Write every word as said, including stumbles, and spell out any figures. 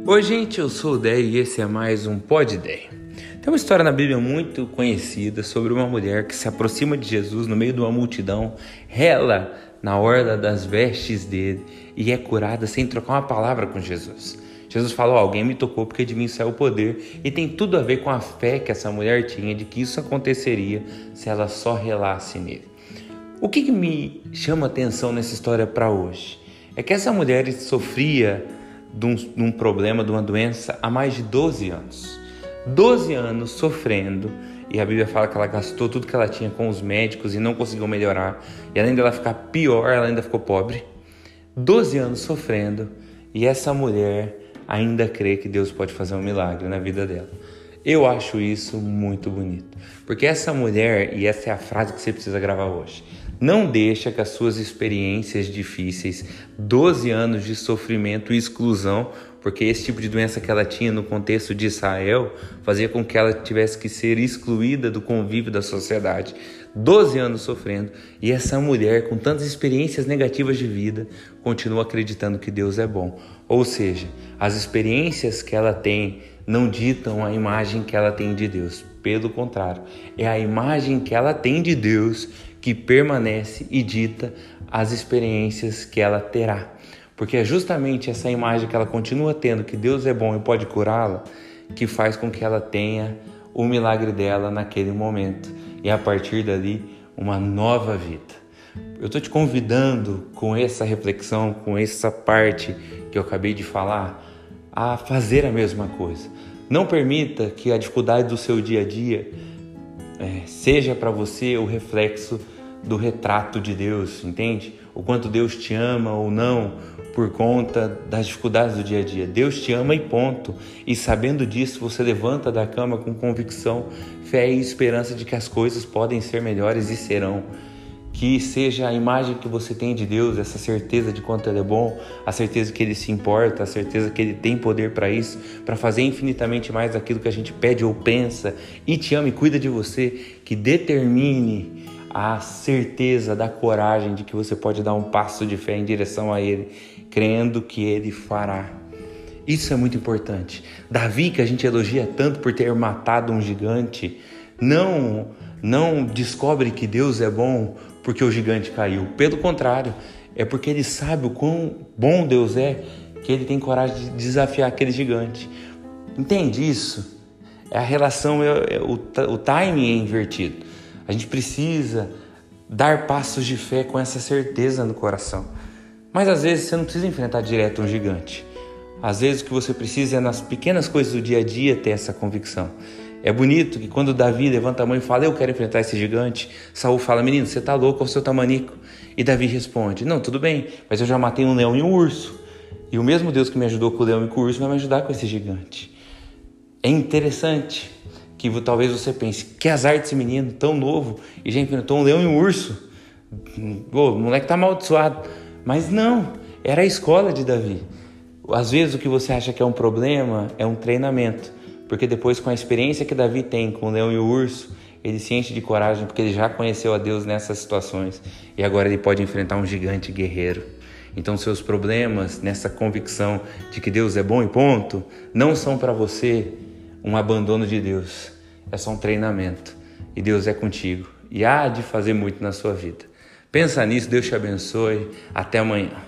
Oi gente, eu sou o Déio e esse é mais um Pod Déio. Tem uma história na Bíblia muito conhecida sobre uma mulher que se aproxima de Jesus no meio de uma multidão, rela na orla das vestes dele e é curada sem trocar uma palavra com Jesus. Jesus falou, alguém me tocou porque de mim saiu o poder, e tem tudo a ver com a fé que essa mulher tinha de que isso aconteceria se ela só relasse nele. O que, que me chama a atenção nessa história para hoje? É que essa mulher sofria de um, de um problema, de uma doença há mais de doze anos. doze anos sofrendo, e a Bíblia fala que ela gastou tudo que ela tinha com os médicos e não conseguiu melhorar. E além dela ficar pior, ela ainda ficou pobre. doze anos sofrendo, e essa mulher ainda crê que Deus pode fazer um milagre na vida dela. Eu acho isso muito bonito, porque essa mulher, e essa é a frase que você precisa gravar hoje, não deixa que as suas experiências difíceis, doze anos de sofrimento e exclusão, porque esse tipo de doença que ela tinha no contexto de Israel fazia com que ela tivesse que ser excluída do convívio da sociedade. doze anos sofrendo, e essa mulher com tantas experiências negativas de vida continua acreditando que Deus é bom. Ou seja, as experiências que ela tem não ditam a imagem que ela tem de Deus. Pelo contrário, é a imagem que ela tem de Deus que permanece e dita as experiências que ela terá. Porque é justamente essa imagem que ela continua tendo, que Deus é bom e pode curá-la, que faz com que ela tenha o milagre dela naquele momento. E a partir dali, uma nova vida. Eu estou te convidando com essa reflexão, com essa parte que eu acabei de falar, a fazer a mesma coisa. Não permita que a dificuldade do seu dia a dia é, seja para você o reflexo do retrato de Deus, entende? O quanto Deus te ama ou não por conta das dificuldades do dia a dia. Deus te ama e ponto. E sabendo disso, você levanta da cama com convicção, fé e esperança de que as coisas podem ser melhores e serão. Que seja a imagem que você tem de Deus, essa certeza de quanto Ele é bom, a certeza que Ele se importa, a certeza que Ele tem poder para isso, para fazer infinitamente mais daquilo que a gente pede ou pensa, e te ama e cuida de você, que determine a certeza da coragem de que você pode dar um passo de fé em direção a Ele, crendo que Ele fará. Isso é muito importante. Davi, que a gente elogia tanto por ter matado um gigante, não, não descobre que Deus é bom porque o gigante caiu. Pelo contrário, é porque ele sabe o quão bom Deus é, que ele tem coragem de desafiar aquele gigante. Entende isso? É a relação, é, é, o, o timing é invertido. A gente precisa dar passos de fé com essa certeza no coração. Mas às vezes você não precisa enfrentar direto um gigante. Às vezes o que você precisa é nas pequenas coisas do dia a dia ter essa convicção. É bonito que quando Davi levanta a mão e fala, eu quero enfrentar esse gigante, Saul fala, menino, você tá louco, é o seu tamanico? E Davi responde, não, tudo bem, mas eu já matei um leão e um urso. E o mesmo Deus que me ajudou com o leão e com o urso vai me ajudar com esse gigante. É interessante que talvez você pense, que azar desse menino tão novo e já enfrentou um leão e um urso. Pô, o moleque tá amaldiçoado. Mas não, era a escola de Davi. Às vezes o que você acha que é um problema é um treinamento. Porque depois, com a experiência que Davi tem com o leão e o urso, ele se enche de coragem porque ele já conheceu a Deus nessas situações. E agora ele pode enfrentar um gigante guerreiro. Então seus problemas, nessa convicção de que Deus é bom e ponto, não são para você um abandono de Deus. É só um treinamento. E Deus é contigo. E há de fazer muito na sua vida. Pensa nisso, Deus te abençoe. Até amanhã.